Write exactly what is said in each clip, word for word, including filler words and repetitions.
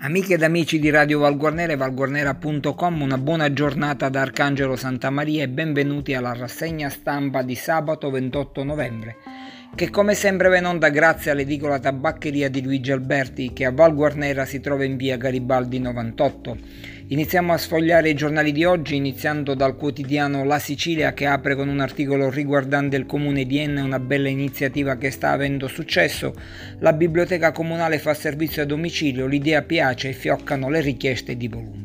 Amiche ed amici di Radio Valguarnera e valguarnera punto com, una buona giornata da Arcangelo Santamaria e benvenuti alla rassegna stampa di sabato ventotto novembre, che come sempre va in onda grazie all'edicola tabaccheria di Luigi Alberti, che a Valguarnera si trova in via Garibaldi novantotto. Iniziamo a sfogliare i giornali di oggi, iniziando dal quotidiano La Sicilia, che apre con un articolo riguardante il comune di Enna, una bella iniziativa che sta avendo successo. La biblioteca comunale fa servizio a domicilio, l'idea piace e fioccano le richieste di volumi.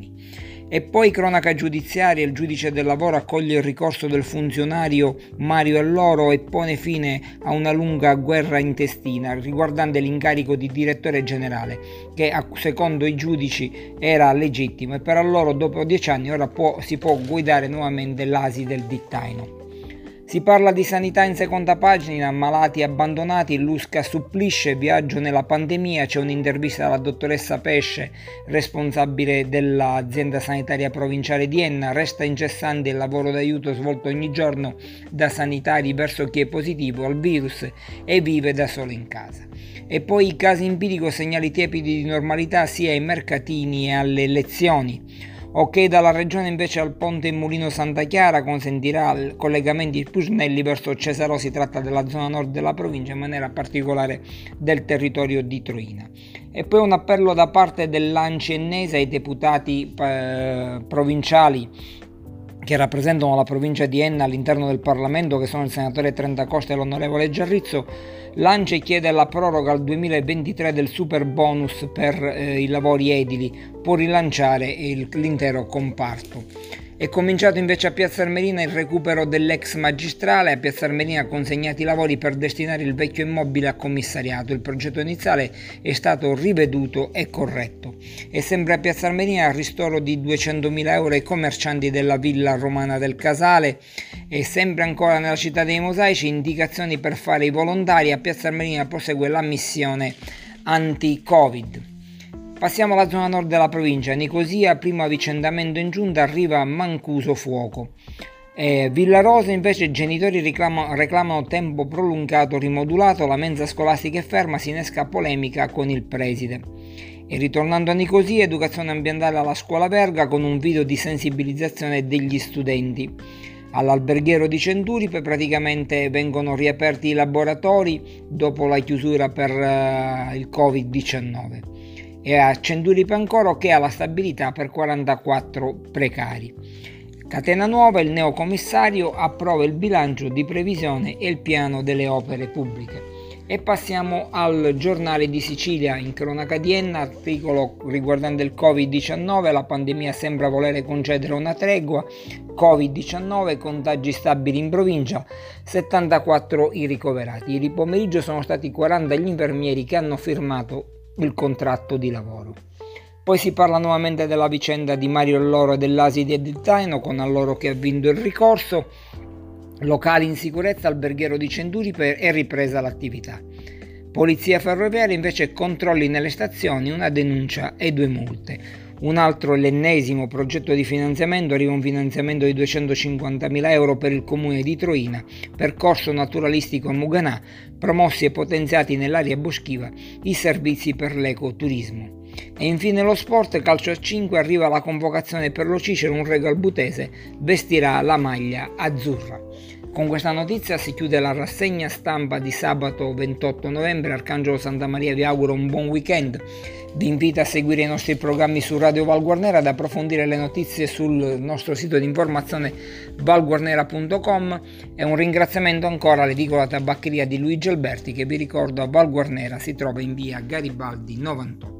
E poi cronaca giudiziaria, il giudice del lavoro accoglie il ricorso del funzionario Mario Alloro e pone fine a una lunga guerra intestina riguardante l'incarico di direttore generale, che secondo i giudici era legittimo, e per Alloro dopo dieci anni ora può, si può guidare nuovamente l'A S I del Dittaino. Si parla di sanità in seconda pagina, malati abbandonati, Lusca supplisce, viaggio nella pandemia, c'è un'intervista alla dottoressa Pesce, responsabile dell'azienda sanitaria provinciale di Enna, resta incessante il lavoro d'aiuto svolto ogni giorno da sanitari verso chi è positivo al virus e vive da solo in casa. E poi i casi empirico, segnali tiepidi di normalità sia ai mercatini e alle lezioni. Ok dalla regione invece al ponte in Mulino Santa Chiara, consentirà collegamenti più snelli verso Cesarò, si tratta della zona nord della provincia, in maniera particolare del territorio di Troina. E poi un appello da parte dell'Anci Ennese ai deputati eh, provinciali che rappresentano la provincia di Enna all'interno del Parlamento, che sono il senatore Trentacoste e l'onorevole Giarrizzo. L'Anci chiede la proroga al duemilaventitré del super bonus per eh, i lavori edili, può rilanciare il, l'intero comparto. È cominciato invece a Piazza Armerina il recupero dell'ex magistrale. A Piazza Armerina consegnati i lavori per destinare il vecchio immobile a commissariato. Il progetto iniziale è stato riveduto e corretto. E sempre a Piazza Armerina il ristoro di duecentomila euro ai commercianti della villa romana del Casale. E sempre ancora nella città dei mosaici, indicazioni per fare i volontari. A Piazza Armerina prosegue la missione anti-Covid. Passiamo alla zona nord della provincia. Nicosia, primo avvicendamento in giunta, arriva Mancuso Fuoco. Eh, Villarosa invece i genitori reclamano, reclamano tempo prolungato rimodulato, la mensa scolastica è ferma, si innesca polemica con il preside. E ritornando a Nicosia, educazione ambientale alla scuola Verga con un video di sensibilizzazione degli studenti. All'alberghiero di Centuripe praticamente vengono riaperti i laboratori dopo la chiusura per uh, il covid diciannove. E a Centuripe ancora che ha la stabilità per quarantaquattro precari. Catena Nuova, il neocommissario approva il bilancio di previsione e il piano delle opere pubbliche. E passiamo al giornale di Sicilia, in cronaca di Enna, articolo riguardante il covid diciannove, la pandemia sembra volere concedere una tregua, covid diciannove, contagi stabili in provincia, settantaquattro i ricoverati. Ieri pomeriggio sono stati quaranta gli infermieri che hanno firmato il contratto di lavoro. Poi si parla nuovamente della vicenda di Mario Alloro e dell'A S I di Dittaino, con Alloro che ha vinto il ricorso. Locali in sicurezza, alberghiero di Centuripe è ripresa l'attività. Polizia ferroviaria invece controlli nelle stazioni, una denuncia e due multe. Un altro, l'ennesimo progetto di finanziamento, arriva un finanziamento di duecentocinquantamila euro per il comune di Troina, percorso naturalistico a Muganà, promossi e potenziati nell'area boschiva i servizi per l'ecoturismo. E infine lo sport, calcio a cinque, arriva la convocazione per lo Cicero, un Regal Butese vestirà la maglia azzurra. Con questa notizia si chiude la rassegna stampa di sabato ventotto novembre. Arcangelo Santamaria vi auguro un buon weekend. Vi invito a seguire i nostri programmi su Radio Valguarnera, ad approfondire le notizie sul nostro sito di informazione valguarnera punto com, e un ringraziamento ancora all'edicola tabaccheria di Luigi Alberti, che vi ricordo a Valguarnera si trova in via Garibaldi novantotto.